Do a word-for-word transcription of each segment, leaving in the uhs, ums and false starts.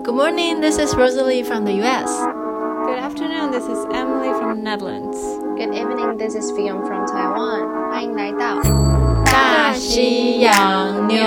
Good morning, this is Rosalie from the U S. Good afternoon, this is Emily from the Netherlands. Good evening, this is Fion from Taiwan. 欢迎来到大西洋妞。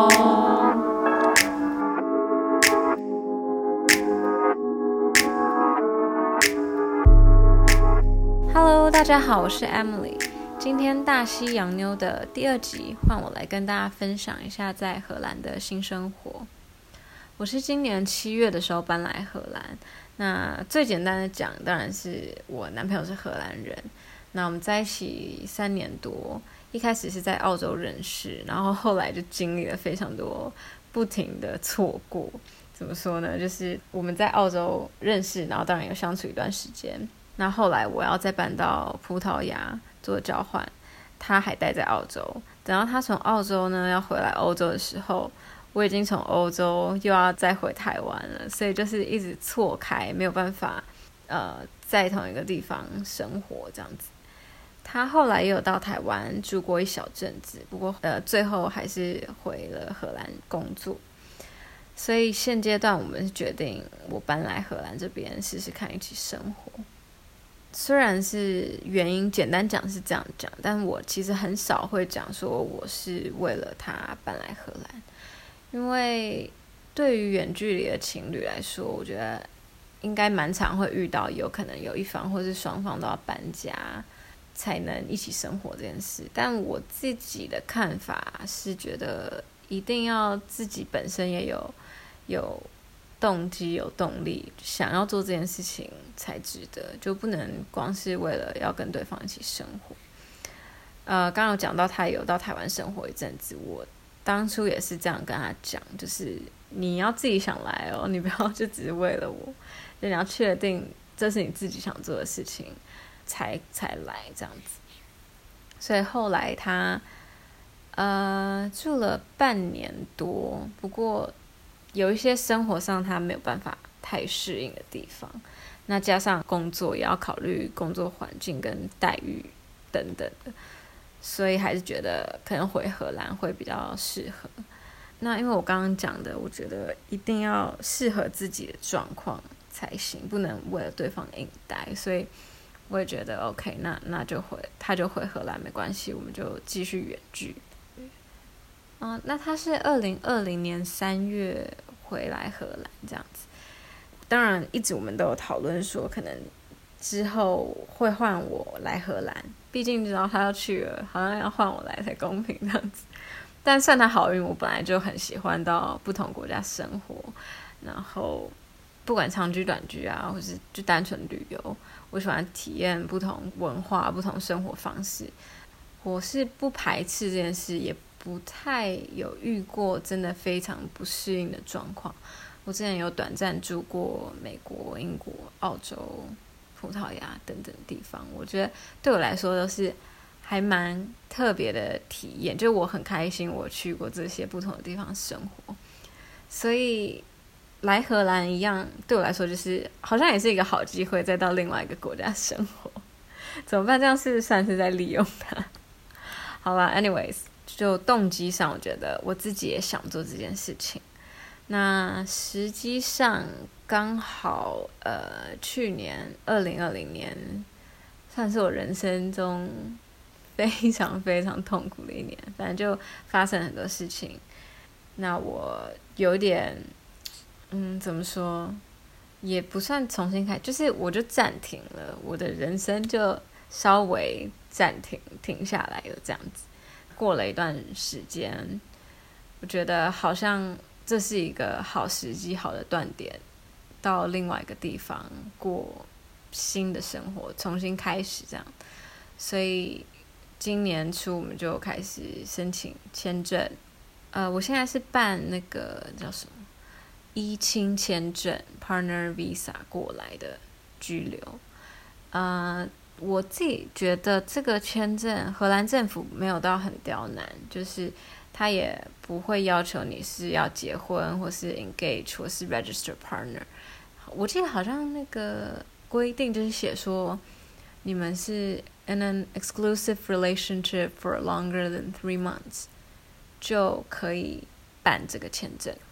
Hello， 大家好，我是 Emily。今天大西洋妞的第二集，换我来跟大家分享一下在荷兰的新生活。我是今年七月的时候搬来荷兰，那最简单的讲，当然是我男朋友是荷兰人。那我们在一起三年多，一开始是在澳洲认识，然后后来就经历了非常多不停的错过。怎么说呢？就是我们在澳洲认识，然后当然有相处一段时间。那后来我要再搬到葡萄牙做交换，他还待在澳洲。等到他从澳洲呢要回来欧洲的时候，我已经从欧洲又要再回台湾了，所以就是一直错开，没有办法呃在同一个地方生活这样子。他后来也有到台湾住过一小阵子，不过呃最后还是回了荷兰工作。所以现阶段我们是决定我搬来荷兰这边试试看一起生活。虽然是原因简单讲是这样讲，但我其实很少会讲说我是为了他搬来荷兰。因为对于远距离的情侣来说，我觉得应该蛮常会遇到有可能有一方或是双方都要搬家才能一起生活这件事。但我自己的看法是觉得一定要自己本身也有有动机有动力想要做这件事情才值得，就不能光是为了要跟对方一起生活。呃，刚刚有讲到他有到台湾生活一阵子，我当初也是这样跟他讲，就是你要自己想来哦，你不要就只是为了我，就你要确定这是你自己想做的事情才才来这样子。所以后来他呃住了半年多，不过有一些生活上他没有办法太适应的地方，那加上工作也要考虑工作环境跟待遇等等的，所以还是觉得可能回荷兰会比较适合。那因为我刚刚讲的，我觉得一定要适合自己的状况才行，不能为了对方硬待，所以我也觉得 OK， 那那就回他就回荷兰没关系，我们就继续远距。嗯，那他是二零二零年三月回来荷兰这样子。当然，一直我们都有讨论说，可能之后会换我来荷兰，毕竟知道他要去了，好像要换我来才公平这样子。但算他好运，我本来就很喜欢到不同国家生活，然后不管长居短居啊，或是就单纯旅游，我喜欢体验不同文化、不同生活方式。我是不排斥这件事，也不太有遇过真的非常不适应的状况。我之前有短暂住过美国、英国、澳洲、葡萄牙等等地方，我觉得对我来说都是还蛮特别的体验，就我很开心我去过这些不同的地方生活。所以来荷兰一样对我来说就是好像也是一个好机会，再到另外一个国家生活。怎么办？这样是不是算是在利用它？好吧 anyways， 就动机上我觉得我自己也想做这件事情。那实际上刚好呃，去年二零二零年算是我人生中非常非常痛苦的一年，反正就发生很多事情。那我有点嗯，怎么说，也不算重新开，就是我就暂停了，我的人生就稍微暂停停下来了这样子。过了一段时间，我觉得好像这是一个好时机、好的断点，到另外一个地方过新的生活，重新开始这样。所以今年初我们就开始申请签证。呃，我现在是办那个叫什么依亲签证 （Partner Visa） 过来的居留。呃，我自己觉得这个签证荷兰政府没有到很刁难，就是他也不会要求你是要结婚或是 engage 或是 register partner。我记得好像那个规定就是写说你们是 in an exclusive relationship for longer than three months 就可以办这个签证。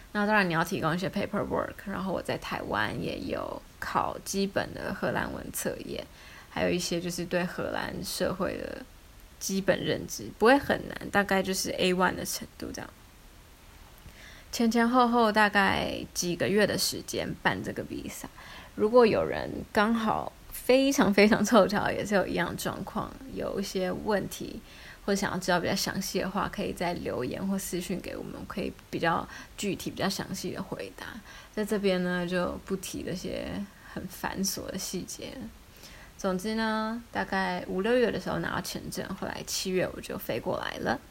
那当然你要提供一些 paperwork， 然后我在台湾也有考基本的荷兰文测验，还有一些就是对荷兰社会的基本认知，不会很难，大概就是 A 一 的程度这样。前前后后大概几个月的时间办这个比赛，如果有人刚好非常非常凑巧也是有一样状况，有一些问题或者想要知道比较详细的话，可以再留言或私讯给我们，可以比较具体比较详细的回答。在这边呢就不提那些很繁琐的细节。总之呢，大概五六月的时候拿到签证，后来七月我就飞过来了。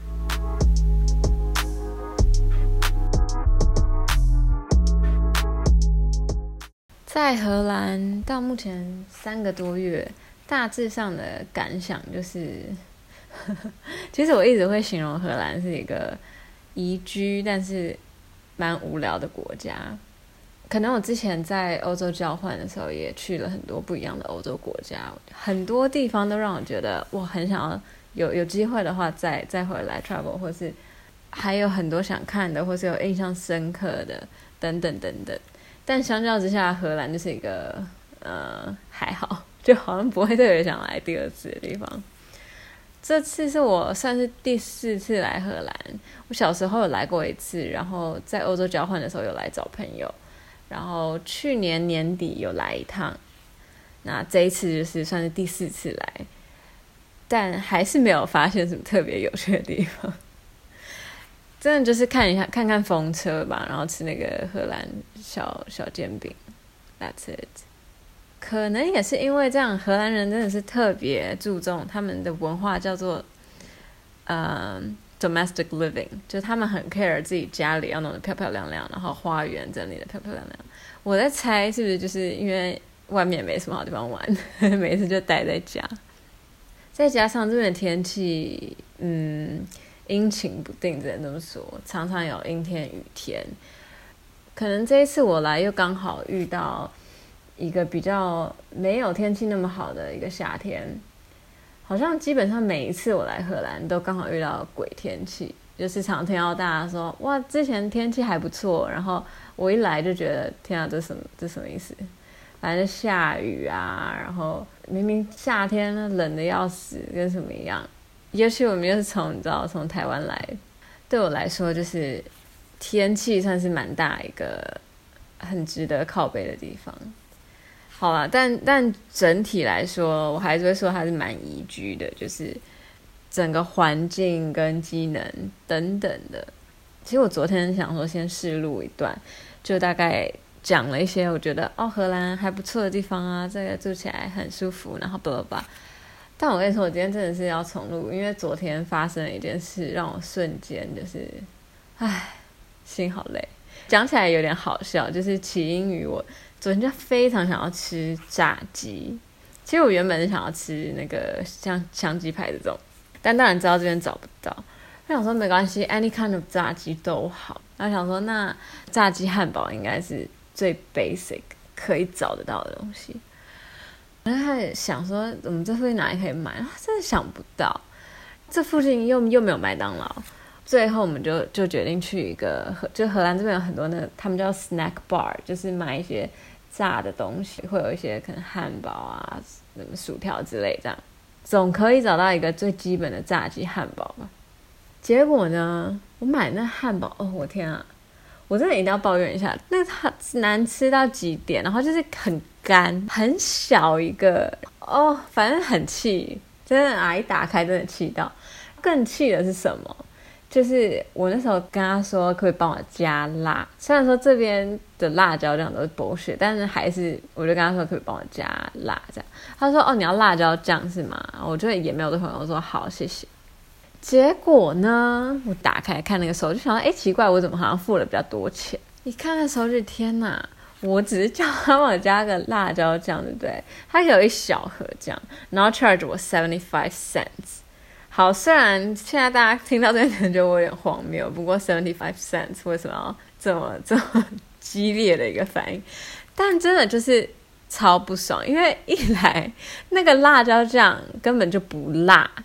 在荷兰到目前三个多月，大致上的感想就是呵呵其实我一直会形容荷兰是一个宜居但是蛮无聊的国家。可能我之前在欧洲交换的时候也去了很多不一样的欧洲国家，很多地方都让我觉得我很想要有有机会的话再再回来 travel， 或是还有很多想看的或是有印象深刻的等等等等。但相较之下，荷兰就是一个呃还好，就好像不会特别想来第二次的地方。这次是我算是第四次来荷兰，我小时候有来过一次，然后在欧洲交换的时候有来找朋友，然后去年年底有来一趟，那这一次就是算是第四次来，但还是没有发现什么特别有趣的地方。真的就是看一下看看风车吧，然后吃那个荷兰小小煎饼 That's it。 可能也是因为这样，荷兰人真的是特别注重他们的文化，叫做呃 domestic living， 就是他们很 care 自己家里要弄得漂漂亮亮，然后花园整理得漂漂亮亮。我在猜是不是就是因为外面没什么好地方玩每次就待在家，再加上这边的天气嗯阴晴不定，只能这么说，常常有阴天雨天。可能这一次我来又刚好遇到一个比较没有天气那么好的一个夏天，好像基本上每一次我来荷兰都刚好遇到鬼天气，就是常听到大家说哇之前天气还不错，然后我一来就觉得天啊这什么这什么意思，反正下雨啊，然后明明夏天冷的要死跟什么一样。也许我们又是从你知道从台湾来，对我来说就是天气算是蛮大一个很值得靠北的地方。好啦，但但整体来说我还是会说它是蛮宜居的，就是整个环境跟机能等等的。其实我昨天想说先试录一段，就大概讲了一些我觉得哦荷兰还不错的地方啊，这个住起来很舒服，然后巴拉巴拉。但我跟你说我今天真的是要重录，因为昨天发生了一件事让我瞬间就是唉心好累。讲起来有点好笑，就是起因于我昨天就非常想要吃炸鸡。其实我原本是想要吃那个像香鸡排这种，但当然知道这边找不到，我想说没关系 any kind of 炸鸡都好，然后想说那炸鸡汉堡应该是最 basic 可以找得到的东西。然后他想说我们这附近哪里可以买，真的想不到，这附近又又没有麦当劳。最后我们就就决定去一个就荷兰这边有很多那个他们叫 snack bar， 就是买一些炸的东西，会有一些可能汉堡啊什么薯条之类，这样总可以找到一个最基本的炸鸡汉堡吧。结果呢我买那汉堡，哦我天啊，我真的一定要抱怨一下，那它难吃到极点，然后就是很干很小一个，哦反正很气，真的啊一打开真的气到。更气的是什么，就是我那时候跟他说可不可以帮我加辣，虽然说这边的辣椒酱都是 bullshit， 但是还是我就跟他说可不可以帮我加辣这样。他说哦你要辣椒酱是吗？我就也没有对朋友说好谢谢。结果呢我打开看那个手机，想说哎奇怪我怎么好像付了比较多钱，一看那手机天哪，我只是叫他帮我加个辣椒酱对不对，他有一小盒酱，然后 charge 我 seventy-five cents。好，虽然现在大家听到这边可能觉得我有点荒谬，不过 seventy-five cents 为什么要这么这么激烈的一个反应，但真的就是超不爽，因为一来那个辣椒酱根本就不辣，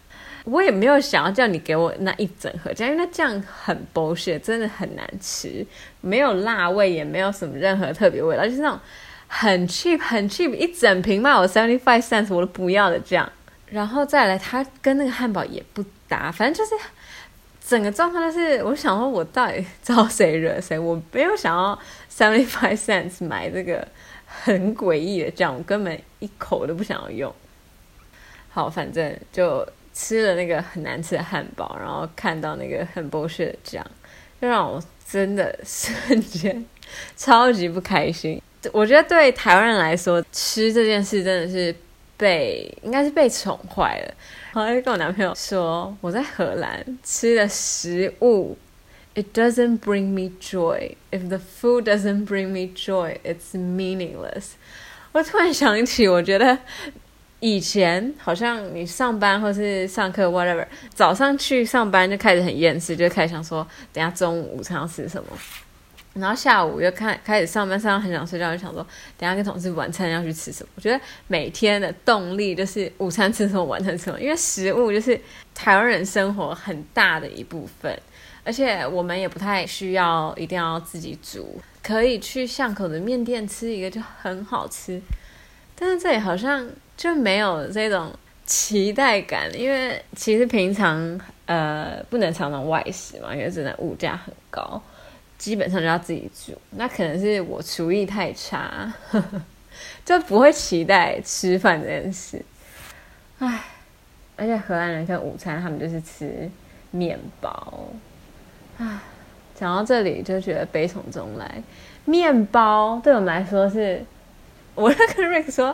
我也没有想要叫你给我那一整盒酱，因为那酱很 bullshit， 真的很难吃，没有辣味，也没有什么任何特别味道，就是那种很 cheap 很 cheap， 一整瓶卖我seventy five cents， 我都不要的酱。然后再来，它跟那个汉堡也不搭，反正就是整个状况就是，我想说我到底招谁惹谁？我没有想要seventy five cents 买这个很诡异的酱，我根本一口都不想要用。好，反正就吃了那个很难吃的汉堡，然后看到那个很 bullshit 的酱，就让我真的瞬间超级不开心。我觉得对台湾人来说，吃这件事真的是被应该是被宠坏了。然后就跟我男朋友说，我在荷兰吃的食物 It doesn't bring me joy. If the food doesn't bring me joy, it's meaningless. 我突然想起，我觉得以前好像你上班或是上课 whatever， 早上去上班就开始很厌世，就开始想说等一下中午午餐要吃什么，然后下午又开开始上班上到很想睡觉，就想说等一下跟同事晚餐要去吃什么。我觉得每天的动力就是午餐吃什么晚餐吃什么，因为食物就是台湾人生活很大的一部分，而且我们也不太需要一定要自己煮，可以去巷口的面店吃一个就很好吃。但是这里好像就没有这种期待感，因为其实平常呃不能常常外食嘛，因为真的物价很高，基本上就要自己煮。那可能是我厨艺太差，呵呵就不会期待吃饭这件事。唉，而且荷兰人看午餐他们就是吃面包。唉，讲到这里就觉得悲从中来。面包对我们来说是，我就跟 Rick 说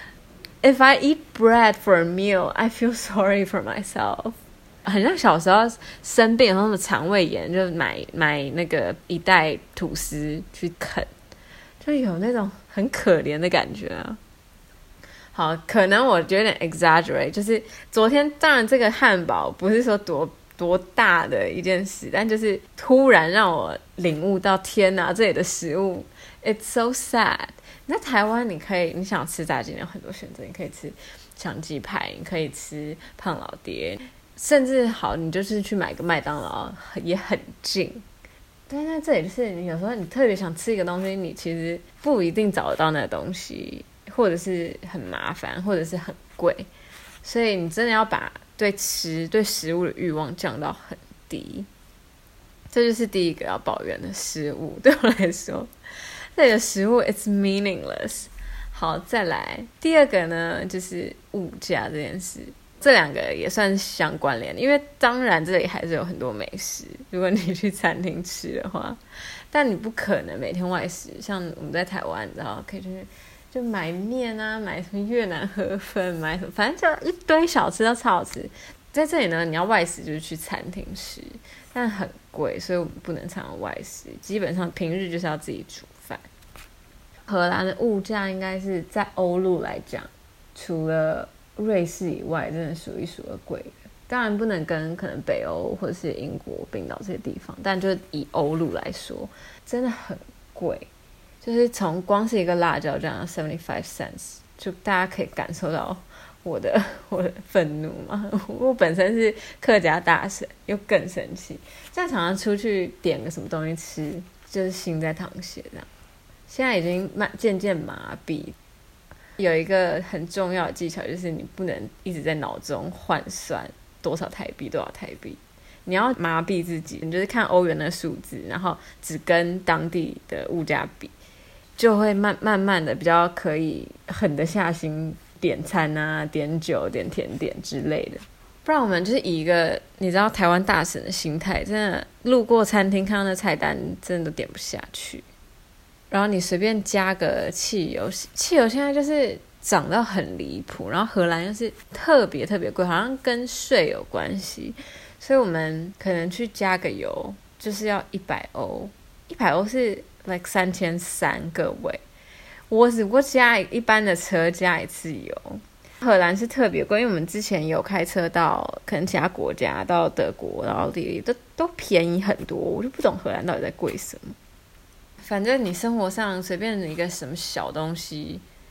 If I eat bread for a meal, I feel sorry for myself。 很像小时候生病有那种肠胃炎，就买买那个一袋吐司去啃，就有那种很可怜的感觉啊。好，可能我觉得有点 exaggerate， 就是昨天当然这个汉堡不是说多多大的一件事，但就是突然让我领悟到，天哪，这里的食物 it's so sad。 那台湾你可以，你想吃炸鸡有很多选择，你可以吃香鸡排，你可以吃胖老爹，甚至好你就是去买个麦当劳也很近。但在这里就是你有时候你特别想吃一个东西，你其实不一定找得到那个东西，或者是很麻烦，或者是很贵，所以你真的要把对吃对食物的欲望降到很低。这就是第一个要抱怨的食物，对我来说这里的食物 it's meaningless。 好，再来第二个呢，就是物价这件事，这两个也算是相关联，因为当然这里还是有很多美食，如果你去餐厅吃的话，但你不可能每天外食，像我们在台湾你知道可以去就买面啊，买什么越南河粉，买什么反正就一堆小吃都超好吃。在这里呢，你要外食就是去餐厅吃，但很贵，所以我们不能常常外食，基本上平日就是要自己煮饭。荷兰的物价应该是在欧陆来讲，除了瑞士以外真的数一数二贵的，当然不能跟可能北欧或者是英国冰岛这些地方，但就以欧陆来说真的很贵，就是从光是一个辣椒这样 seventy five cents， 就大家可以感受到我的我的愤怒嘛。我本身是客家大省，又更生气，这样常常出去点个什么东西吃，就是心在淌血这样。现在已经慢渐渐麻痹。有一个很重要的技巧，就是你不能一直在脑中换算多少台币多少台币，你要麻痹自己，你就是看欧元的数字，然后只跟当地的物价比，就会慢慢慢的比较可以狠得下心点餐啊，点酒点甜点之类的。不然我们就是以一个你知道台湾大省的心态，真的路过餐厅看到那菜单真的都点不下去，然后你随便加个汽油，汽油现在就是涨到很离谱，然后荷兰又是特别特别贵，好像跟税有关系，所以我们可能去加个油就是要一百欧，一百欧是 like 三千三，各位，我只不过加一般的车加一次油。荷兰是特别贵，因为我们之前有开车到可能其他国家，到德国到奥地利都都便宜很多，我就不懂荷兰到底在贵什么。反正你生活上随便一个什么小东西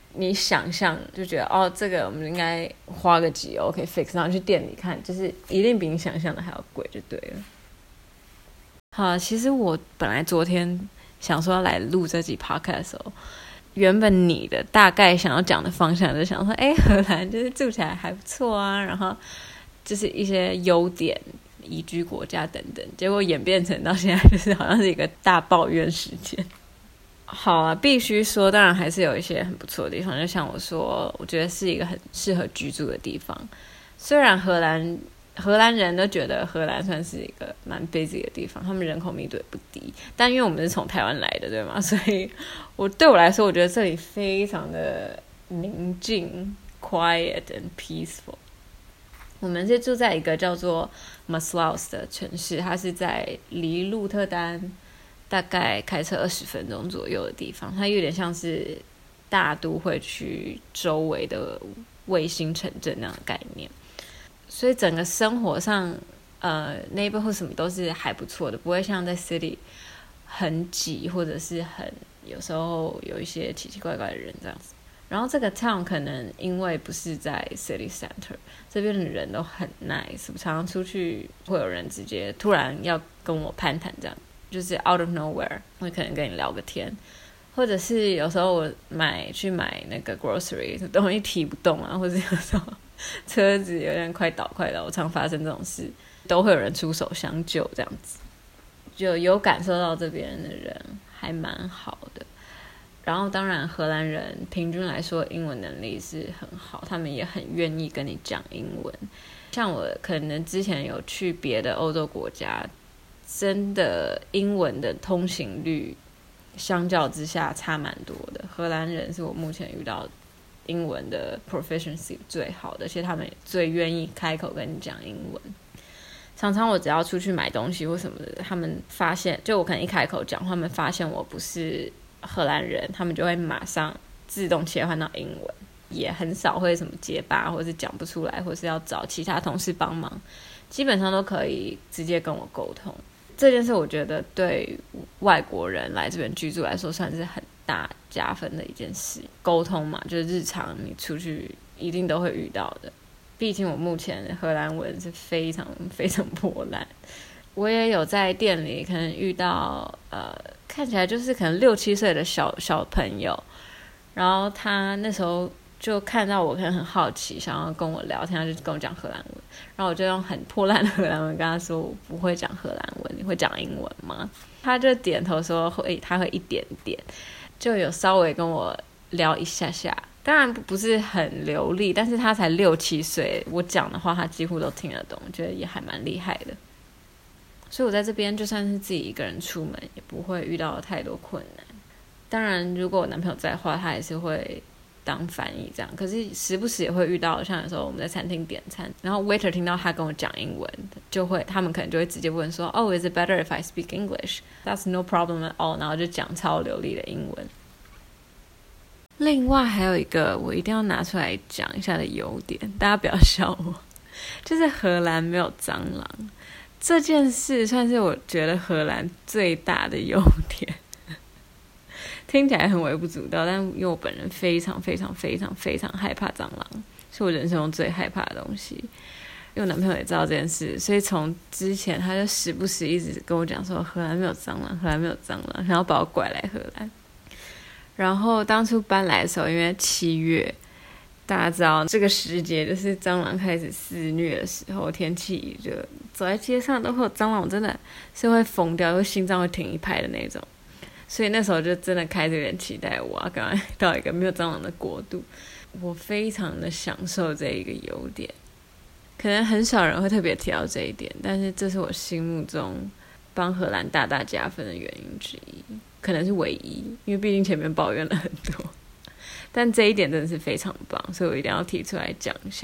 你想象就觉得哦，这个我们应该花个几欧可以 fix， 然后去店里看，就是一定比你想象的还要贵就对了。好，其实我本来昨天想说要来录这集 podcast 的时候，原本你的大概想要讲的方向就想说，哎，荷兰就是住起来还不错啊，然后就是一些优点，宜居国家等等，结果演变成到现在就是好像是一个大抱怨时间。好啊，必须说当然还是有一些很不错的地方，就像我说我觉得是一个很适合居住的地方。虽然荷兰荷兰人都觉得荷兰算是一个蛮 busy 的地方，他们人口密度也不低，但因为我们是从台湾来的对吗，所以我对我来说我觉得这里非常的宁静 quiet and peaceful。我们是住在一个叫做 Maaslaus 的城市，它是在离鹿特丹大概开车二十分钟左右的地方，它有点像是大都会区周围的卫星城镇那样的概念，所以整个生活上呃 neighborhood 什么都是还不错的，不会像在 city 很挤，或者是很有时候有一些奇奇怪怪的人这样子。然后这个 town 可能因为不是在 city center， 这边的人都很 nice， 常常出去会有人直接突然要跟我攀谈，这样就是 out of nowhere 会可能跟你聊个天，或者是有时候我买去买那个 grocery 东西提不动啊，或者有时候车子有点快倒快倒，我常发生这种事，都会有人出手相救，这样子就有感受到这边的人还蛮好的。然后当然荷兰人平均来说英文能力是很好，他们也很愿意跟你讲英文。像我可能之前有去别的欧洲国家，真的英文的通行率相较之下差蛮多的。荷兰人是我目前遇到英文的 proficiency 最好的，而且他们最愿意开口跟你讲英文。常常我只要出去买东西或什么的，他们发现就我可能一开口讲，他们发现我不是荷兰人，他们就会马上自动切换到英文，也很少会什么结巴或是讲不出来，或是要找其他同事帮忙，基本上都可以直接跟我沟通。这件事我觉得对外国人来这边居住来说算是很大加分的一件事。沟通嘛，就是日常你出去一定都会遇到的，毕竟我目前荷兰文是非常非常破烂。我也有在店里可能遇到呃，看起来就是可能六七岁的小小朋友，然后他那时候就看到我可能很好奇，想要跟我聊天，他就跟我讲荷兰文，然后我就用很破烂的荷兰文跟他说我不会讲荷兰文，你会讲英文吗？他就点头说会，他会一点点，就有稍微跟我聊一下下，当然不是很流利，但是他才六七岁，我讲的话他几乎都听得懂，我觉得也还蛮厉害的。所以我在这边就算是自己一个人出门也不会遇到太多困难。当然如果我男朋友在的话，他也是会当翻译这样，可是时不时也会遇到，像有时候我们在餐厅点餐，然后 waiter 听到他跟我讲英文，就会他们可能就会直接问说 Oh, is it better if I speak English? That's no problem at all， 然后就讲超流利的英文。另外还有一个我一定要拿出来讲一下的优点，大家不要笑我，就是荷兰没有蟑螂。这件事算是我觉得荷兰最大的优点，听起来很微不足道，但因为我本人非常非常非常非常害怕蟑螂，是我人生中最害怕的东西。因为我男朋友也知道这件事，所以从之前他就时不时一直跟我讲说荷兰没有蟑螂，荷兰没有蟑螂，然后把我拐来荷兰。然后当初搬来的时候，因为七月大家知道这个时节就是蟑螂开始肆虐的时候，天气热，走在街上都会有蟑螂，我真的是会疯掉，会心脏会停一拍的那种。所以那时候就真的开始有点期待我要赶快到一个没有蟑螂的国度。我非常的享受这一个优点，可能很少人会特别提到这一点，但是这是我心目中帮荷兰大大加分的原因之一，可能是唯一，因为毕竟前面抱怨了很多，但这一点真的是非常棒，所以我一定要提出来讲一下。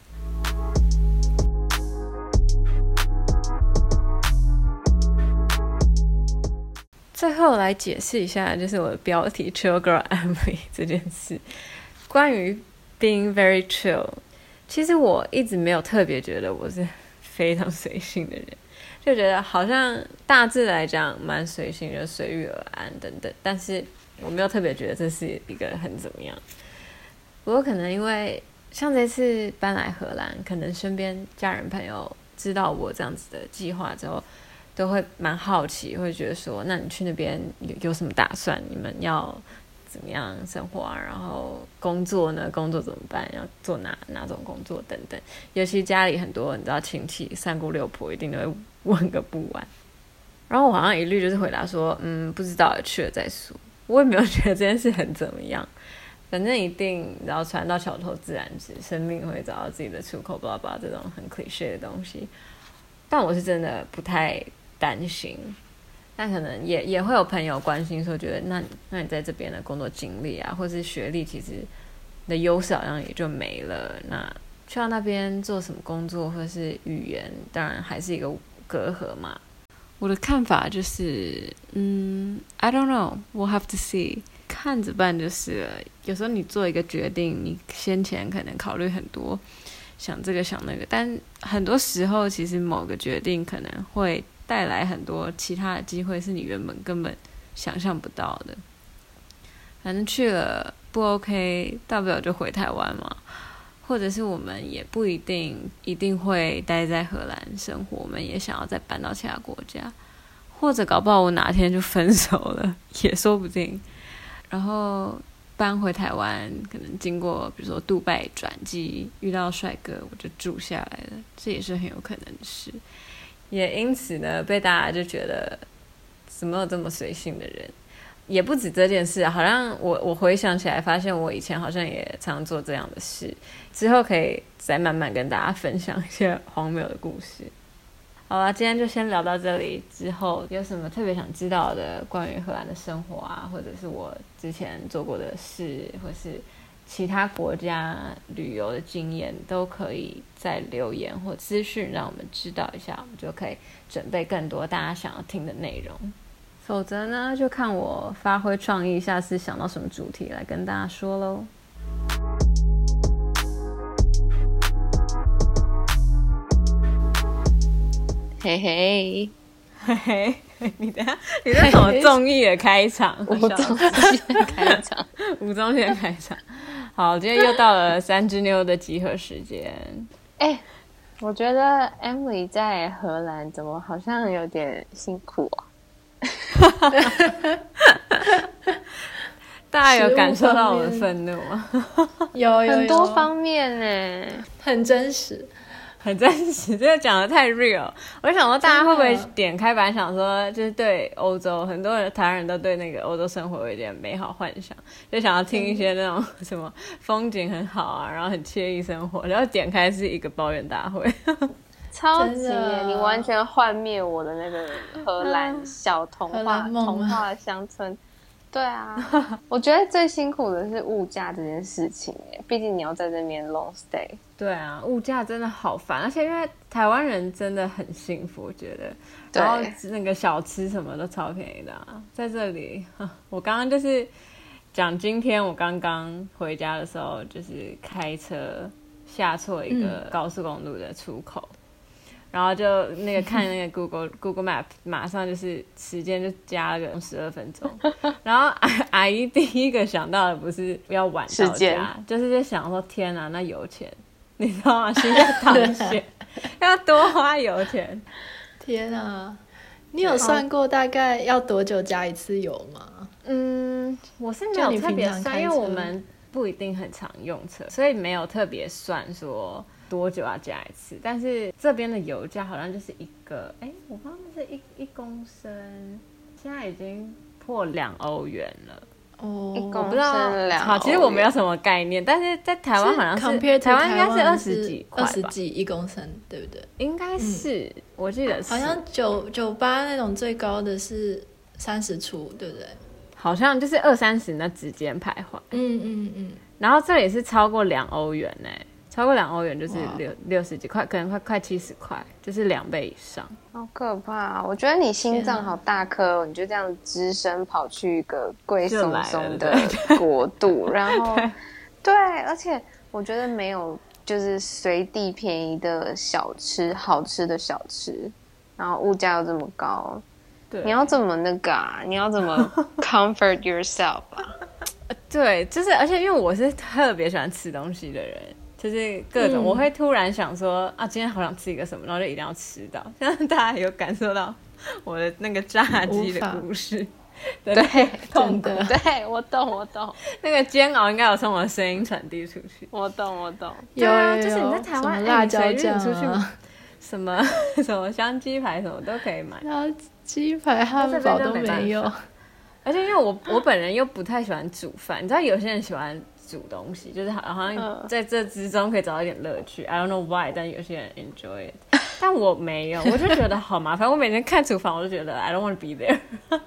最后来解释一下，就是我的标题 Chill Girl Emily 这件事。关于 being very chill， 其实我一直没有特别觉得我是非常随性的人，就觉得好像大致来讲蛮随性，就随遇而安等等，但是我没有特别觉得这是一个很怎么样。 不过可能因为像这次搬来荷兰，可能身边家人朋友知道我这样子的计划之后，都会蛮好奇，会觉得说，那你去那边 有, 有什么打算？你们要怎么样生活啊？然后工作呢？工作怎么办？要做哪哪种工作等等。尤其家里很多你知道亲戚三姑六婆，一定都会问个不完。然后我好像一律就是回答说，嗯，不知道，去了再说。我也没有觉得这件事很怎么样，反正一定然后船到桥头自然直，生命会找到自己的出口，巴拉巴拉这种很 cliché 的东西。但我是真的不太担心，但可能也也会有朋友关心说，觉得那那你在这边的工作经历啊，或是学历，其实你的优势好像也就没了。那去到那边做什么工作，或是语言，当然还是一个隔阂嘛。我的看法就是，嗯 ，I don't know, we'll have to see， 看着办就是了。有时候你做一个决定，你先前可能考虑很多，想这个想那个，但很多时候其实某个决定可能会带来很多其他的机会，是你原本根本想象不到的。反正去了不 OK， 大不了就回台湾嘛。或者是我们也不一定一定会待在荷兰生活，我们也想要再搬到其他国家，或者搞不好我哪天就分手了也说不定，然后搬回台湾，可能经过比如说杜拜转机遇到帅哥我就住下来了，这也是很有可能的事。也因此呢被大家就觉得怎么有这么随性的人。也不止这件事啊，好像我我回想起来发现我以前好像也常做这样的事，之后可以再慢慢跟大家分享一些荒谬的故事。好啦，今天就先聊到这里，之后有什么特别想知道的关于荷兰的生活啊，或者是我之前做过的事，或是其他国家旅游的经验，都可以再留言或资讯让我们知道一下，我们就可以准备更多大家想要听的内容。否则呢，就看我发挥创意，下次想到什么主题来跟大家说咯。 嘿嘿嘿嘿，你等一下，你在什么综艺的开场？ 吴宗宪开场， 吴宗宪开场。好，今天又到了三只妞的集合时间。 哎、欸，我觉得 Emily 在荷兰怎么好像有点辛苦啊？ 大家有感受到我的愤怒吗？ 有有有很多方面呢， 很真实， 很真实，这个讲的太 real。我就想说，大家会不会点开版想说，就是对欧洲，很多人台湾人都对那个欧洲生活有一点美好幻想，就想要听一些那种什么风景很好啊，然后很惬意生活，然后点开是一个抱怨大会。 超级耶！你完全幻灭我的那个荷兰小童话、童话乡村。对啊，我觉得最辛苦的是物价这件事情耶，毕竟你要在这边 long stay。 对啊，物价真的好烦，而且因为台湾人真的很幸福，我觉得，然后那个小吃什么都超便宜的啊，在这里，我刚刚就是讲今天我刚刚回家的时候，就是开车下错一个高速公路的出口。嗯，然后就那个看那个 Google Google Map， 马上就是时间就加了个十二分钟。然后阿阿姨第一个想到的不是要晚到家，就是在想说天哪，那油钱，你知道吗？心在淌血，要多花油钱。 天啊！你有算过大概要多久加一次油吗？ 嗯，我是没有特别算，因为我们不一定很常用车，所以没有特别算说多久要加一次，但是这边的油价好像就是一个，哎，我不知道那是一一公升，现在已经破两欧元了。 哦，一公升两欧元。好，其实我没有什么概念，但是在台湾好像是， 是台湾应该是二十几块吧， 二十几一公升，对不对？ 应该是，嗯、我记得是， 好像九九八那种最高的是三十出，对不对？ 好像就是二三十那之间徘徊。 嗯嗯嗯。 然后这里是超过两欧元呢、欸。超过两欧元就是六六十几块，可能快快七十块，就是两倍以上。 好可怕、啊！我觉得你心脏好大颗、哦，你就这样只身跑去一个贵松松的国度，然后 对, 对，而且我觉得没有就是随地便宜的小吃，好吃的小吃，然后物价又这么高，你要怎么那个啊？你要怎么 comfort yourself 啊？ 对，就是而且因为我是特别喜欢吃东西的人，就是各种、嗯、我会突然想说啊，今天好想吃一个什么，然后就一定要吃到。像大家有感受到我的那个炸鸡的故事， 对， 痛的， 对我懂我懂， 那个煎熬应该有从我的声音传递出去。 我懂我懂， 有啊，就是你在台湾辣椒酱、 啊、出去什么什么香鸡排什么都可以买， 然后鸡排汉堡都没有。 而且因为我我本人又不太喜欢煮饭，你知道有些人喜欢煮东西，就是好像在这之中可以找到一点乐趣。I don't know why， 但有些人 enjoy it， 但我没有，我就觉得好麻烦。我每天看厨房，我就觉得 I don't want to be there，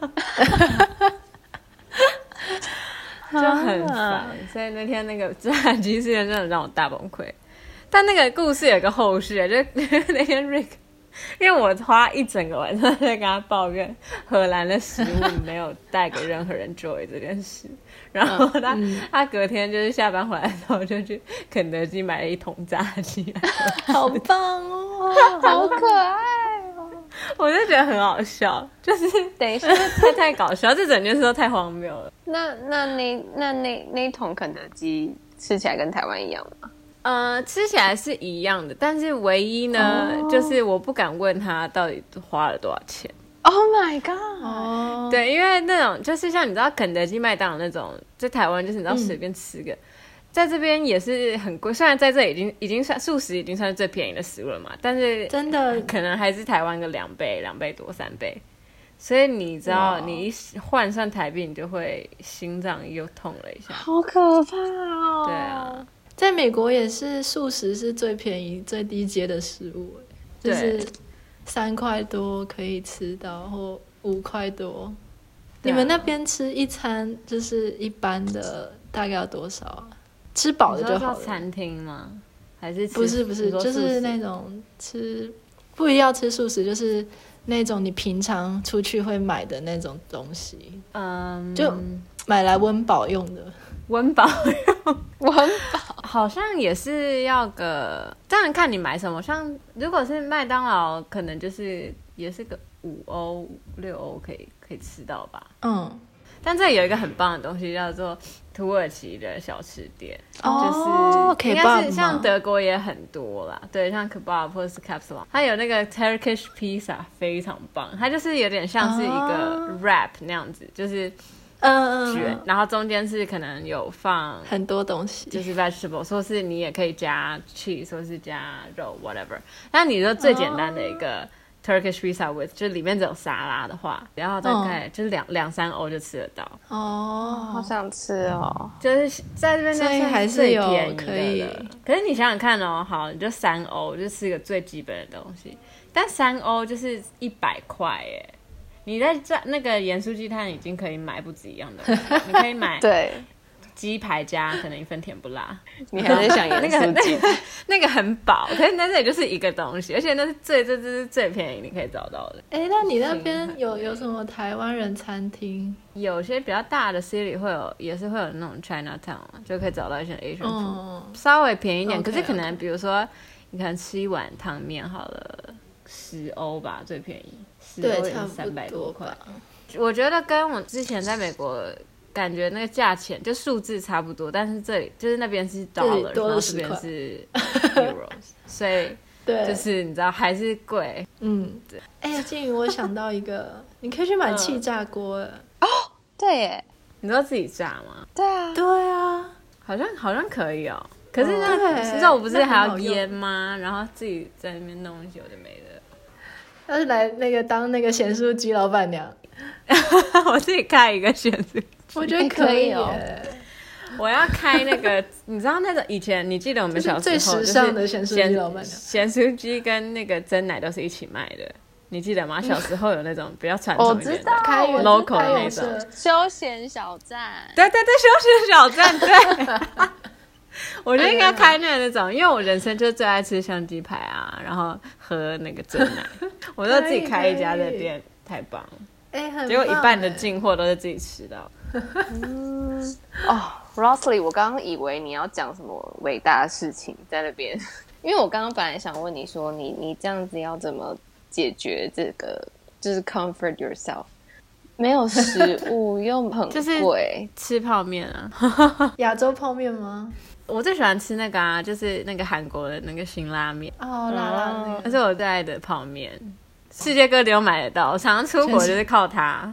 就很烦。所以那天那个炸鸡事件真的让我大崩溃。但那个故事有个后续，就那天 Rick。因为我花一整个晚上在跟他抱怨荷兰的食物没有带给任何人 joy 这件事，然后他、嗯、他隔天就是下班回来之后就去肯德基买了一桶炸鸡， 好棒哦， 好可爱哦， 我就觉得很好笑，就是等一下太太搞笑，这整件事都太荒谬了。 那那那那那那一桶肯德基吃起来跟台湾一样吗？ 呃，吃起来是一样的，但是唯一呢， oh. 就是我不敢问他到底花了多少钱。 Oh my god！ 哦，对，因为那种就是像你知道肯德基、麦当劳那种，在台湾就是你知道随便吃个，嗯、在这边也是很贵。虽然在这里已经已经算素食已经算是最便宜的食物了嘛，但是真的可能还是台湾个两倍、两倍多、三倍。所以你知道，你一换算台币，你就会心脏又痛了一下， 好可怕哦！ 对啊。 在美国也是素食是最便宜最低阶的食物，就是三块多可以吃到，或五块多。你们那边吃一餐就是一般的大概要多少啊？吃饱的就好了。 餐厅吗？还是吃不是不是，就是那种吃不一定要吃素食，就是那种你平常出去会买的那种东西，嗯，就买来温饱用的。 温饱用温饱好像也是要个，当然看你买什么，像如果是麦当劳可能就是也是个五欧六欧可以可以吃到吧。 嗯， 但这里有一个很棒的东西叫做土耳其的小吃店， 哦， 就是应该是像德国也很多啦，对，像 kebab 或者是 capsalon， 它有那个 Turkish pizza 非常棒，它就是有点像是一个 wrap 那样子，就是嗯卷，然后中间是可能有放很多东西， 就是 vegetable， 或是你也可以加 cheese， 或是加肉 whatever。但你说最简单的一个 Turkish pizza with， 就里面只有沙拉的话，然后大概就是两两三欧就吃得到。 哦，好想吃哦！ 就是在这边所以还是有可以， 可是你想想看哦，好，你就三欧就吃个最基本的东西，但三欧就是一百块耶。你在这那个盐酥鸡摊已经可以买不止一样的，你可以买对鸡排加可能一份甜不辣， 你还在想盐酥鸡？ 那个那个很饱，可是在这里就是一个东西，而且那是最这这是最便宜你可以找到的。 哎、欸，那你那边有有什么台湾人餐厅？ 有些比较大的 city 会有，也是会有那种 Chinatown， 就可以找到一些 Asian food，、嗯、稍微便宜一点。Okay, 可是可能比如说你可能吃一碗汤面好了，十欧吧，最便宜。 对，差不多块。 我觉得跟我之前在美国感觉那个价钱就数字差不多，但是这里就是那边是 dollar， 然后这边是 euros， 所以对， 就是你知道还是贵。 嗯，对。哎呀，静宇，我想到一个，你可以去买气炸锅了。 哦，对耶， 你知道自己炸吗？ 对啊， 对啊， 好像好像可以哦。可是那肉不是还要腌吗？然后自己在那边弄有的没的。 要是来那个当那个咸酥鸡老板娘， 我自己开一个咸酥鸡， 我觉得可以哦。 我要开那个，你知道那种以前你记得我们小时候最时尚的咸酥鸡老板娘， 咸酥鸡跟那个珍奶都是一起卖的，你记得吗？小时候有那种比较传统一点的开 local 的那种休闲小站， 对对对，休闲小站，对。我觉得应该开那那种，因为我人生就最爱吃香鸡排啊，然后喝那个珍奶，我就自己开一家的店，太棒了。 哎、欸， 结果一半的进货都是自己吃到。 嗯，哦 ，Rosely， 我刚刚以为你要讲什么伟大的事情在那边，因为我刚刚本来想问你说，你你这样子要怎么解决这个，就是 comfort yourself。 没有食物又很贵， 就是吃泡面啊。 亚洲泡面吗？ 我最喜欢吃那个啊，就是那个韩国的那个辛拉面哦，辣辣那个， 那是我最爱的泡面，世界各地都买得到，我常常出国就是靠它。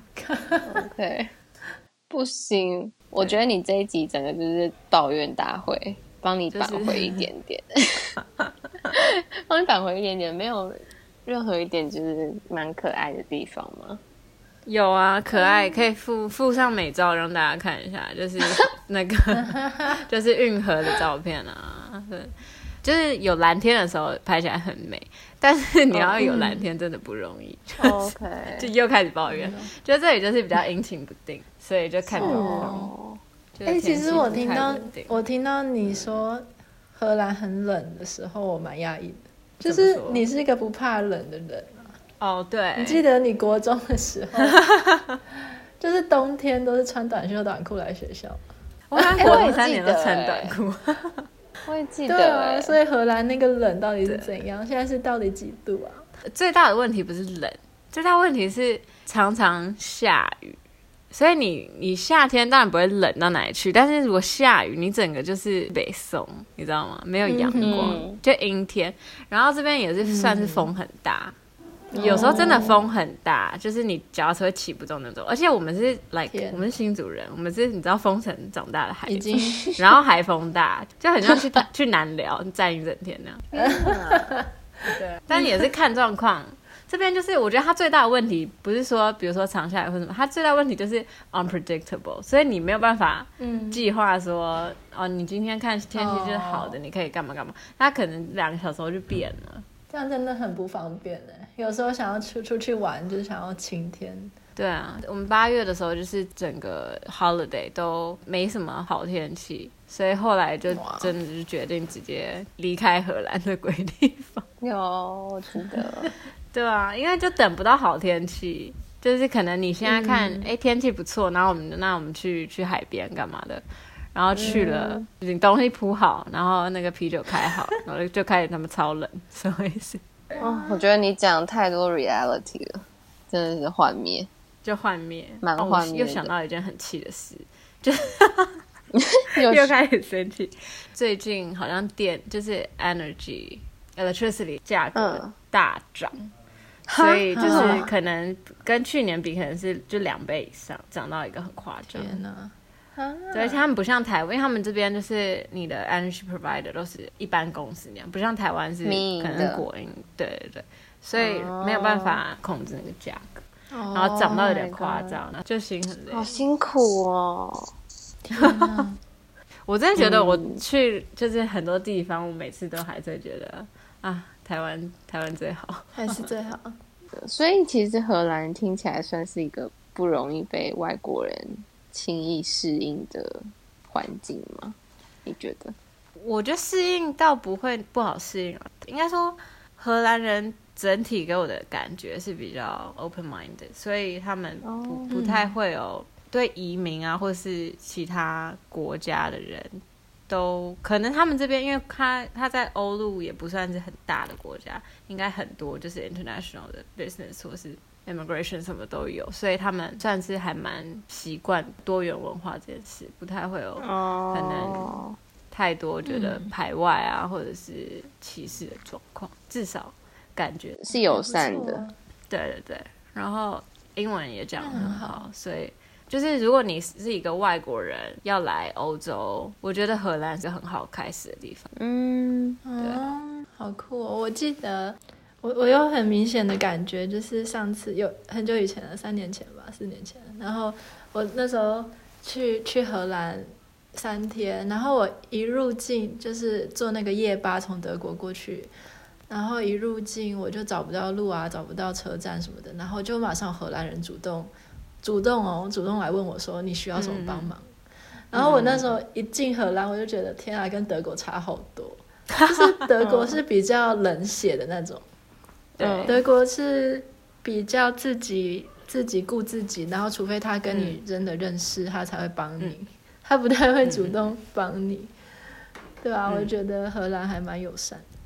OK， 不行，我觉得你这一集整个就是抱怨大会，帮你扳回一点点，帮、就是、你扳回一点点，没有任何一点就是蛮可爱的地方吗？ 有啊，可爱，可以附附上美照让大家看一下，就是那个就是运河的照片啊，就是有蓝天的时候拍起来很美，但是你要有蓝天真的不容易。 哦就是、OK， 就又开始抱怨，就这里就是比较阴晴不定，所以就看状况。 哎、欸，其实我听到我听到你说荷兰很冷的时候，我蛮讶异的，就是你是一个不怕冷的人。 哦，对， 你记得你国中的时候，就是冬天都是穿短袖短裤来学校。 我好像国中三年都穿短裤。 我也记得， 对啊，所以荷兰那个冷到底是怎样？现在是到底几度啊？ 最大的问题不是冷，最大的问题是常常下雨。所以你你夏天当然不会冷到哪里去，但是如果下雨，你整个就是北宋，你知道吗？没有阳光，嗯、就阴天。然后这边也是算是风很大。嗯有时候真的风很大，就是你脚踏车会骑不动那种。而且我们是 like 我们是新竹人，我们是你知道风城长大的孩子，已经然后还风大，就很像去去南寮站一整天那样。对，但也是看状况。这边就是我觉得它最大的问题不是说比如说长下来或什么，它最大的问题就是 unpredictable， 所以你没有办法计划说、嗯、哦，你今天看天气就是好的，哦、你可以干嘛干嘛，它可能两个小时后就变了。 这样真的很不方便哎，有时候想要出出去玩，就是想要晴天。 对啊，我们八月的时候就是整个 holiday 都没什么好天气，所以后来就真的就决定直接离开荷兰的鬼地方。 有，我记得。 对啊，因为就等不到好天气，就是可能你现在看，哎、嗯，天气不错，然后我们那我们去去海边干嘛的。然后去了，嗯、你东西铺好，然后那个啤酒开好，然后就开始他们超冷，什么意思？ 哦，我觉得你讲太多 reality 了，真的是幻灭， 就幻灭， 蛮幻灭的、 哦。又想到一件很气的事，就又开始生气。最近好像电就是 energy electricity 价格大涨、嗯，所以就是可能跟去年比，可能是就两倍以上，涨到一个很夸张。 天哪！ 对，而且他们不像台湾，因为他们这边就是你的 energy provider 都是一般公司那样，不像台湾是可能是国营，对对对，所以没有办法控制那个价格，哦、然后涨到有点夸张，就心很累， 好辛苦哦！ 天哪， 我真的觉得我去就是很多地方，我每次都还是会觉得啊，台湾台湾最好， 还是最好。 所以其实荷兰听起来算是一个不容易被外国人轻易适应的环境吗？你觉得？ 我觉得适应倒不会不好适应，应该说荷兰人整体给我的感觉是比较 open minded， 所以他们不、oh, 不太会有对移民啊，或是其他国家的人都可能他们这边，因为他他在欧陆也不算是很大的国家，应该很多就是 international 的 business 或是immigration 什么都有，所以他们算是还蛮习惯多元文化这件事，不太会有可能太多觉得排外啊、嗯、或者是歧视的状况，至少感觉是友善的。 对对对，然后英文也讲得很好、嗯、所以就是如果你是一个外国人要来欧洲，我觉得荷兰是很好开始的地方。 嗯，对、嗯，好酷哦！我记得我我有很明显的感觉，就是上次有很久以前了，三年前吧，四年前，然后我那时候去去荷兰三天，然后我一入境就是坐那个夜巴从德国过去，然后一入境我就找不到路啊，找不到车站什么的，然后就马上荷兰人主动主动哦主动来问我说你需要什么帮忙、嗯、然后我那时候一进荷兰我就觉得天啊，跟德国差好多，就是德国是比较冷血的那种对，德国是比较自己自己顾自己，然后除非他跟你真的认识、嗯、他才会帮你、嗯、他不太会主动帮你、嗯、对啊、嗯、我觉得荷兰还蛮友善的。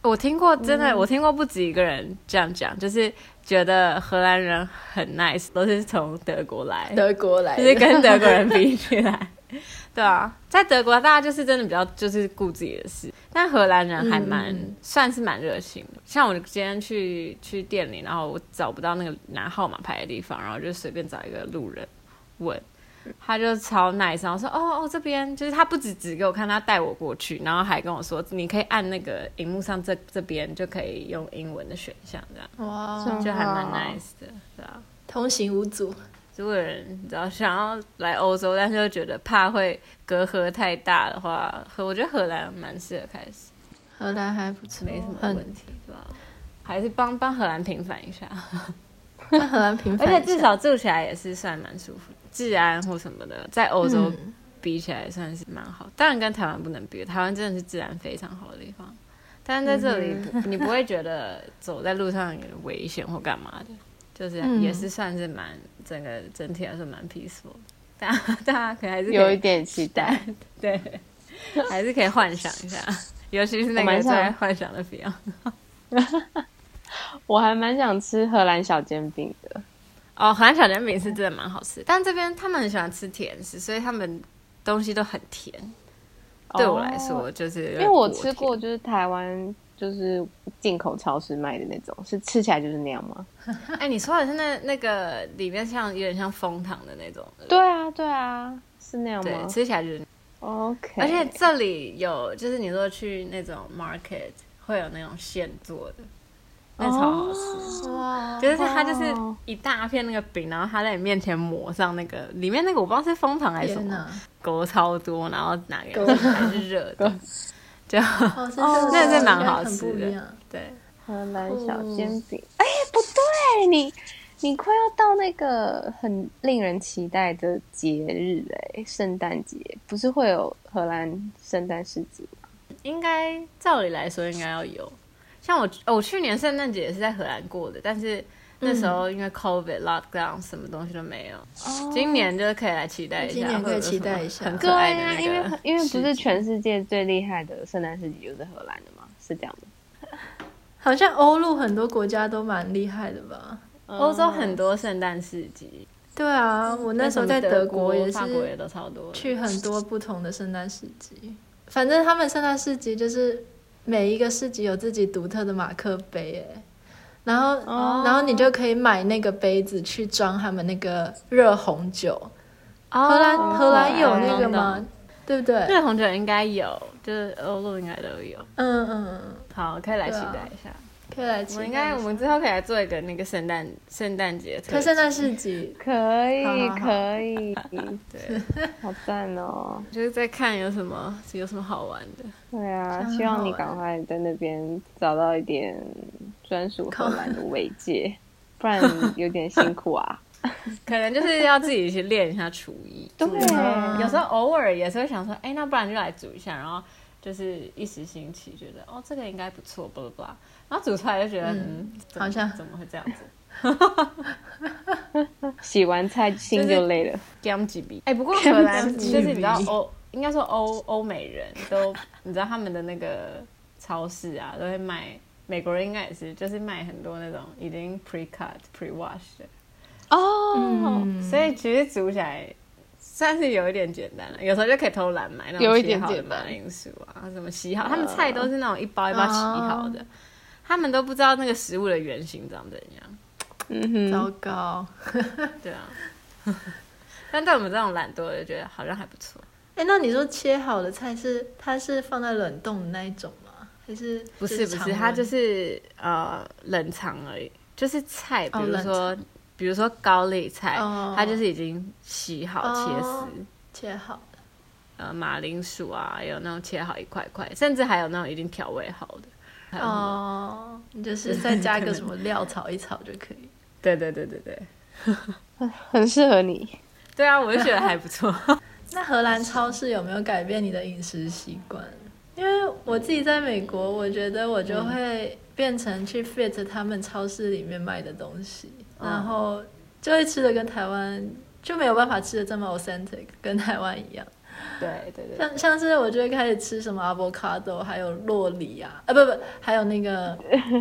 我听过，真的， 嗯、 我听过不止一个人这样讲，就是觉得荷兰人很 nice， 都是从德国来， 德国来， 就是跟德国人比起来，对啊，在德国大家就是真的比较就是顾自己的事，但荷兰人还蛮、嗯、算是蛮热情的。像我今天去去店里，然后我找不到那个拿号码牌的地方，然后就随便找一个路人问。他就超 nice， 然后说哦哦这边就是他不止只给我看，他带我过去，然后还跟我说你可以按那个荧幕上这这边就可以用英文的选项，这样哇，就还蛮 nice 的，对啊， 通行无阻。 如果有人你知道想要来欧洲，但是又觉得怕会隔阂太大的话，我觉得荷兰蛮适合开始。 荷兰还不错， 没什么问题，对吧？还是帮帮荷兰平反一下， 帮荷兰平反一下， 而且至少住起来也是算蛮舒服的。治安或什么的，在欧洲比起来算是蛮好，嗯、当然跟台湾不能比，台湾真的是治安非常好的地方，但是在这里、嗯、你不会觉得走在路上有危险或干嘛的，就是也是算是蛮整个整体来说蛮 peaceful， 大家大家可能还是可以有一点期待， 对，还是可以幻想一下，尤其是那个在幻想的 feel。 我还蛮想吃荷兰小煎饼的。 哦，荷兰小煎饼是真的蛮好吃，但这边他们很喜欢吃甜食，所以他们东西都很甜。哦、对我来说，就是因为我吃过，就是台湾就是进口超市卖的那种，是吃起来就是那样吗？ 哎，你说的是那那个里面像有点像枫糖的那种？ 对啊，对啊，是那样吗？ 对，吃起来就是。 OK。 而且这里有，就是你说去那种 market 会有那种现做的。那超好吃，哦、就是它就是一大片那个饼，然后它在你面前抹上那个里面那个我不知道是枫糖还是什么，勾超多，然后拿给你还是热的，就哦，那个是蛮好吃的。对， 荷兰小煎饼，哎、欸，不对，你你快要到那个很令人期待的节日哎，圣诞节不是会有荷兰圣诞市集吗？ 应该照理来说应该要有。像我，我去年圣诞节也是在荷兰过的，但是那时候因为 COVID lockdown 什么东西都没有。哦、今年就可以来期待一下， 今年可以期待一下， 很可爱的那个。 对啊，因为因为不是全世界最厉害的圣诞市集就是荷兰的吗？是这样的。 好像欧陆很多国家都蛮厉害的吧？ 欧洲很多圣诞市集。 对啊，我那时候在德国也是， 法国也都超多， 去很多不同的圣诞市集。反正他们圣诞市集就是每一个市集有自己独特的马克杯，哎，然后、哦、然后你就可以买那个杯子去装他们那个热红酒。哦、荷兰荷兰有那个吗？哦、对不对？ 热红酒应该有，就是欧陆应该都有。 嗯嗯， 好，可以来期待一下。 可以来期待一下。 我们应该，我们之后可以来做一个那个圣诞圣诞节特辑， 圣诞市集， 可以好好好可以，对，好赞哦！ 就是在看有什么有什么好玩的。 对啊，希望你赶快在那边找到一点专属荷兰的慰藉，不然有点辛苦啊。 可能就是要自己去练一下厨艺。 对， 有时候偶尔也是会想说，哎，那不然就来煮一下，然后就是一时兴起，觉得哦这个应该不错，巴拉巴拉。然后煮出来就觉得，嗯，嗯好像怎么会这样子？洗完菜心就累了。 干几笔？哎，不过荷兰就是你知道欧，应该说欧欧美人都，你知道他们的那个超市啊，都会卖。美国人应该也是，就是卖很多那种已经 pre-cut、pre-wash 的。 哦、嗯， 所以其实煮起来算是有一点简单了，有时候就可以偷懒买那种切好的马铃薯啊，什么洗好，他们菜都是那种一包一包洗好的。哦，他们都不知道那个食物的原型长怎样。 嗯哼，糟糕。 对啊，但对我们这种懒惰的，就觉得好像还不错。 哎，那你说切好的菜是它是放在冷冻的那一种吗？还是不是不是？它就是呃冷藏而已，就是菜，比如说、哦、比如说高丽菜、哦，它就是已经洗好、哦、切丝切好的。 呃，马铃薯啊，有那种切好一块块，甚至还有那种已经调味好的。 哦，你就是再加个什么料炒一炒就可以。 对对对对对， 很适合你。 对啊，我就觉得还不错。 那荷兰超市有没有改变你的饮食习惯？因为我自己在美国，我觉得我就会变成去 fit 他们超市里面卖的东西，嗯、然后就会吃的跟台湾就没有办法吃的这么 authentic， 跟台湾一样。 对对对， 像像是我就会开始吃什么 avocado， 还有酪梨啊，啊不不，还有那个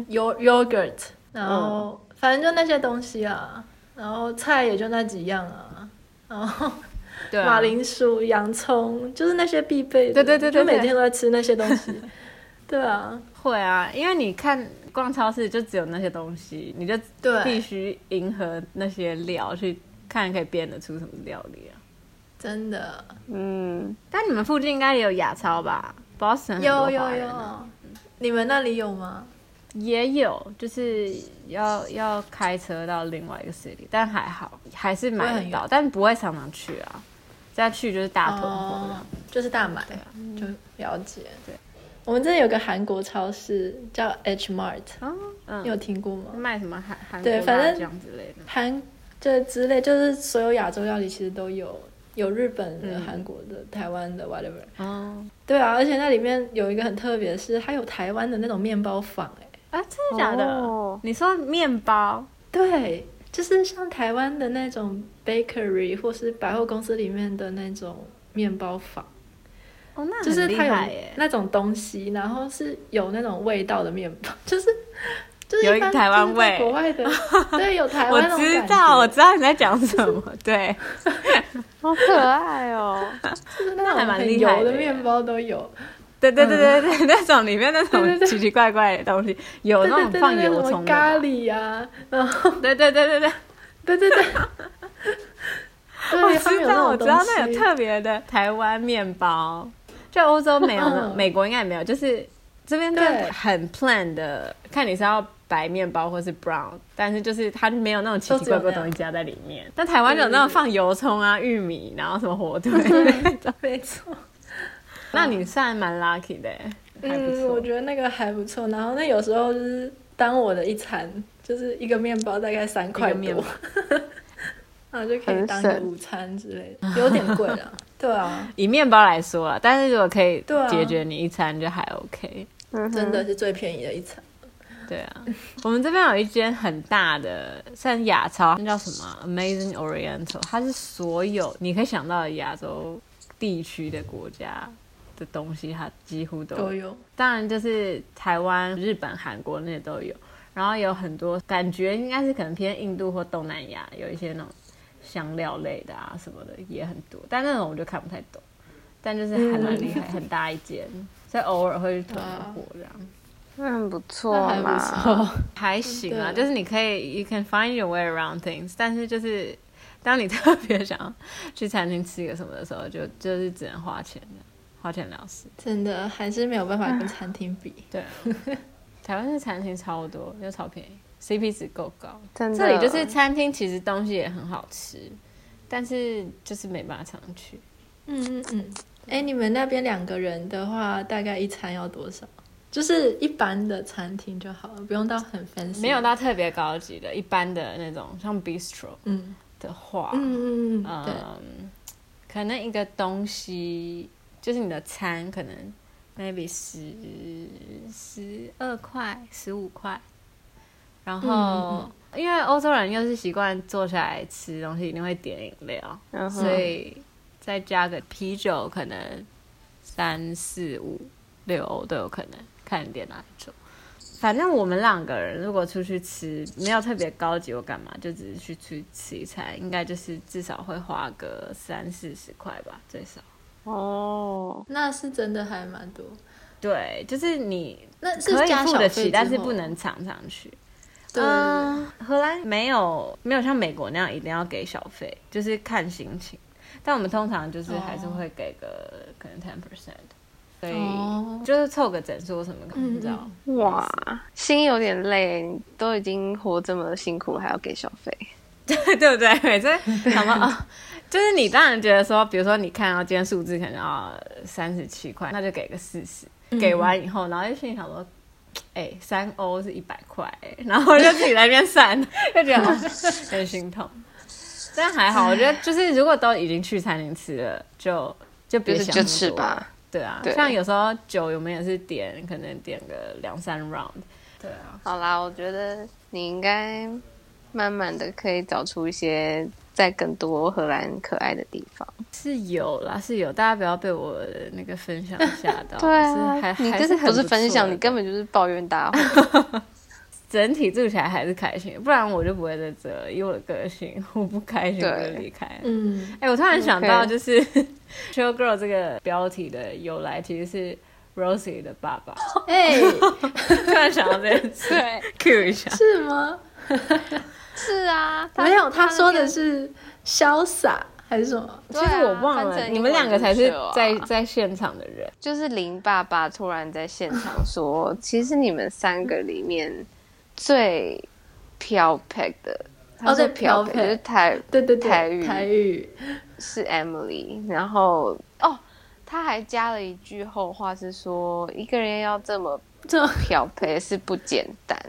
yogurt， 然后、嗯、反正就那些东西啊，然后菜也就那几样啊，然后对、啊、马铃薯、洋葱，就是那些必备的， 对对对 对, 对， 就每天都在吃那些东西。对啊， 会啊，因为你看逛超市就只有那些东西，你就必须迎合那些料去看可以变得出什么料理啊。 真的， 嗯， 但你们附近应该也有亚超吧 ？Boston 很多华人、啊、 有有有，你们那里有吗？ 也有，就是要要开车到另外一个 city， 但还好，还是买得到，但不会常常去啊。再去就是大囤货、哦， 就是大买，啊、就了解。对，我们这里有个韩国超市叫 H Mart，、哦嗯、你有听过吗？ 卖什么韩韩国辣酱之类的？ 韩这之类，就是所有亚洲料理其实都有。有日本的、韩、嗯、国的、台湾的 whatever，、哦、对啊，而且那里面有一个很特别的是，它有台湾的那种面包坊、欸， 啊，真的假的？哦、你说面包？ 对，就是像台湾的那种 bakery 或是百货公司里面的那种面包坊， 哦，那就是它有那种东西，然后是有那种味道的面包，就是。就是、 有一个台湾味， 国外的，对，有台湾那种感觉。 我知道，我知道你在讲什么，对， 好可爱哦， 就是那种很油的面包都有。 对对对对对，嗯、那种里面那种奇奇怪怪的东西，有那种放油葱的咖喱啊，然后对对对对对对对对， 我知道，我知道那有特别的台湾面包，就欧洲没有，嗯、美国应该也没有，就是这边就很 plain 的，看你是要。白面包或是 brown， 但是就是它没有那种奇奇怪怪的东西加在里面。但台湾有那种放油葱啊、玉米，然后什么火腿， 没错。 那你算蛮 lucky 的，还不错。 嗯，我觉得那个还不错。然后那有时候就是当我的一餐，就是一个面包大概三块多，然后就可以当个午餐之类的，有点贵了。对啊， 以面包来说啊，但是如果可以解决你一餐就还 OK，、 啊、真的是最便宜的一餐。 对啊，我们这边有一间很大的，算亚超，那叫什么 Amazing Oriental， 它是所有你可以想到的亚洲地区的国家的东西，它几乎都有。 都有。 当然就是台湾、日本、韩国那些都有，然后有很多感觉应该是可能偏印度或东南亚，有一些那种香料类的啊什么的也很多，但那种我就看不太懂，但就是还蛮厉害，嗯、很大一间，所以偶尔会去囤货这样。 很不错嘛， 还不错， 还行啊，就是你可以 you can find your way around things， 但是就是当你特别想要去餐厅吃个什么的时候，就就是只能花钱的，花钱了事。 真的还是没有办法跟餐厅比。 对，台湾的餐厅超多，又超便宜 ，C P 值够高。 真的， 这里就是餐厅，其实东西也很好吃，但是就是没办法常去。 嗯嗯嗯，哎、欸，你们那边两个人的话，大概一餐要多少？就是一般的餐厅就好了，不用到很 fancy， 没有到特别高级的，一般的那种像 bistro 的话， 嗯嗯嗯， 嗯，对，可能一个东西就是你的餐，可能 maybe 十十二块、十五块，然后、嗯嗯、因为欧洲人又是习惯坐下来吃东西，一定会点饮料，嗯、所以再加个啤酒，可能三四五六欧都有可能。看你点哪一种，反正我们两个人如果出去吃，没有特别高级或干嘛，就只是去去吃一餐，应该就是至少会花个三四十块吧，最少。 哦，那是真的还蛮多。 对，就是你那是可以付得起，但是不能常常去。 对， 嗯，荷兰没有没有像美国那样一定要给小费，就是看心情。但我们通常就是还是会给个、哦、可能 ten percent。所以就是凑个整数什么的，你知道？ 哇，心有点累，你都已经活这么辛苦了，还要给小费， 对对不对？每次想到啊，就是你当然觉得说，比如说你看到今天数字可能要三十七块，那就给个四十、嗯。给完以后，然后就心里想说，哎、欸，三欧是一百块，然后就自己在那边算，就觉得很心痛。但还好，我觉得就是如果都已经去餐厅吃了，就就别想那么多，就吃吧。 对啊，对，像有时候酒我们也是点，可能点个两三 round。对啊， 好啦，我觉得你应该慢慢的可以找出一些在更多荷兰可爱的地方？ 是有啦，是有，大家不要被我的那个分享吓到。 对啊， 是还你这是不是分享，你根本就是抱怨大会。 整体住起来还是开心，不然我就不会在这。以我的个性，我不开心就离开。嗯，哎、欸，我突然想到，就是 Chill Girl 这个标题的由来，其实是 Rosie 的爸爸。哎、欸，突然想到这件事， 对 ，Q 一下， 是吗？ 是啊， 没有，他说的是潇洒还是什么？ 其实我忘了，你们两个才是在在现场的人。 就是林爸爸突然在现场说，其实你们三个里面最漂配的， 哦，对，漂配就是台对对对台语台语是 Emily， 然后哦，他还加了一句后话是说，一个人要这么这么漂配是不简单。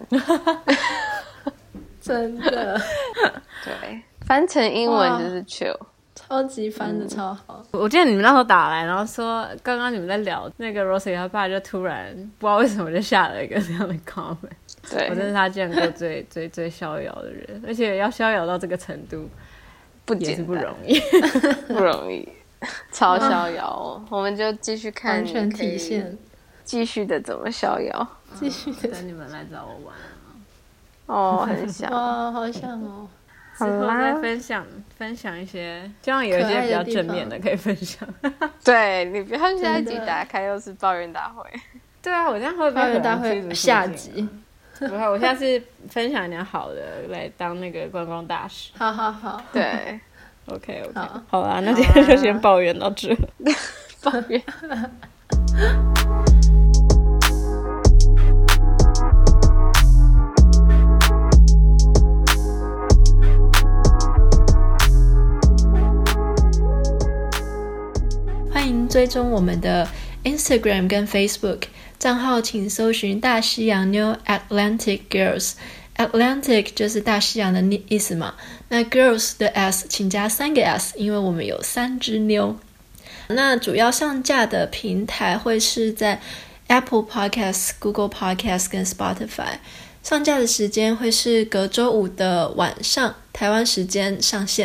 真的， 对，翻成英文就是 chill， 超级翻的超好、 嗯。我记得你们那时候打来，然后说刚刚你们在聊那个 Rosie 他爸，就突然不知道为什么就下了一个这样的 comment。对，我真是他见过最最最逍遥的人，而且要逍遥到这个程度， 不简单， 也是不容易， 不容易，超逍遥哦。我们就继续看， 完全体现， 继续的怎么逍遥， 继续的等你们来找我玩。 哦，很想哇，好想哦！ 之后再分享分享一些，希望有一些比较正面的可以分享。 对，你不要下一集打开又是抱怨大会。 对啊，我这样会不会抱怨大会下集？ 不会，我下次分享一点好的来当那个观光大使。 好好好， 对 ，OK OK， 好, 好啦，那今天就先抱怨到这。 抱怨。 欢迎追踪我们的 Instagram 跟 Facebook 账号，请搜寻大西洋妞 Atlantic Girls。 Atlantic 就是大西洋的意思嘛，那 Girls 的 S 请加三个 S， 因为我们有三只妞。那主要上架的平台会是在 Apple Podcast、Google Podcast 跟 Spotify， 上架的时间会是隔周五的晚上台湾时间上线。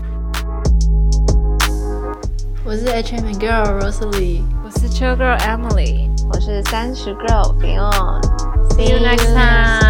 我是 H M Girl Rosalie， 我是 Chill Girl Emily， 我是三十 Girl Fiona。 See you next time.